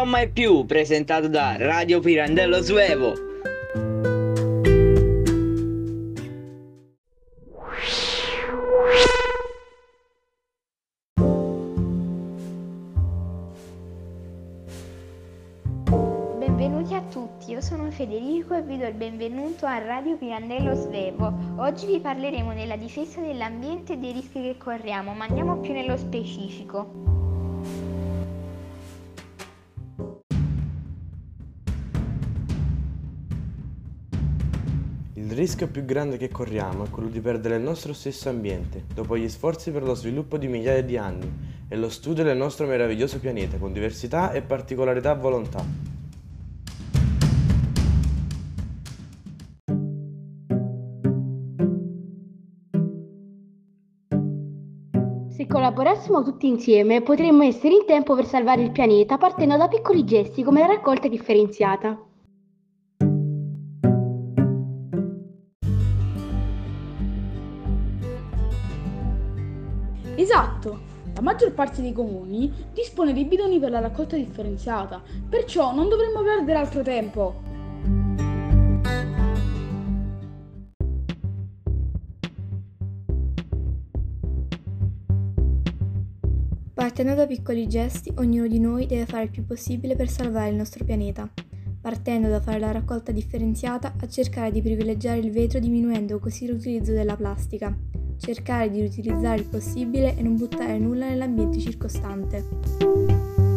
Ciao mai più, presentato da Radio Pirandello Svevo. Benvenuti a tutti, io sono Federico e vi do il benvenuto a Radio Pirandello Svevo. Oggi vi parleremo della difesa dell'ambiente e dei rischi che corriamo, ma andiamo più nello specifico. Il rischio più grande che corriamo è quello di perdere il nostro stesso ambiente, dopo gli sforzi per lo sviluppo di migliaia di anni e lo studio del nostro meraviglioso pianeta con diversità e particolarità a volontà. Se collaborassimo tutti insieme, potremmo essere in tempo per salvare il pianeta partendo da piccoli gesti come la raccolta differenziata. Esatto! La maggior parte dei comuni dispone di bidoni per la raccolta differenziata, perciò non dovremmo perdere altro tempo. Partendo da piccoli gesti, ognuno di noi deve fare il più possibile per salvare il nostro pianeta. Partendo da fare la raccolta differenziata a cercare di privilegiare il vetro diminuendo così l'utilizzo della plastica. Cercare di riutilizzare il possibile e non buttare nulla nell'ambiente circostante.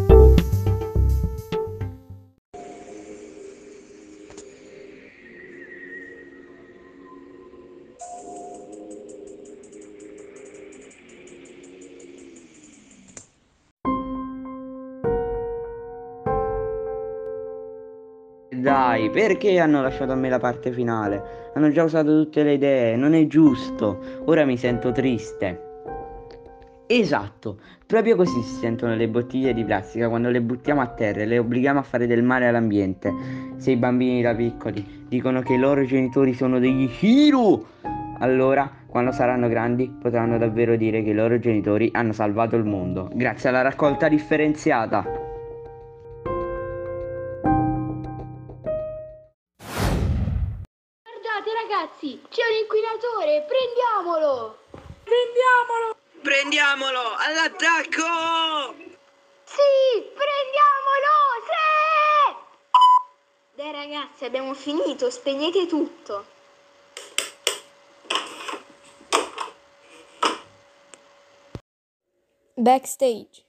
Dai, perché hanno lasciato a me la parte finale? Hanno già usato tutte le idee, non è giusto. Ora mi sento triste. Esatto, proprio così si sentono le bottiglie di plastica quando le buttiamo a terra e le obblighiamo a fare del male all'ambiente. Se i bambini da piccoli dicono che i loro genitori sono degli hero, allora, quando saranno grandi, potranno davvero dire che i loro genitori hanno salvato il mondo, grazie alla raccolta differenziata. Guardate ragazzi, c'è un inquinatore, prendiamolo! Prendiamolo, all'attacco! Sì, prendiamolo! Sì! Dai ragazzi, abbiamo finito, spegnete tutto. Backstage.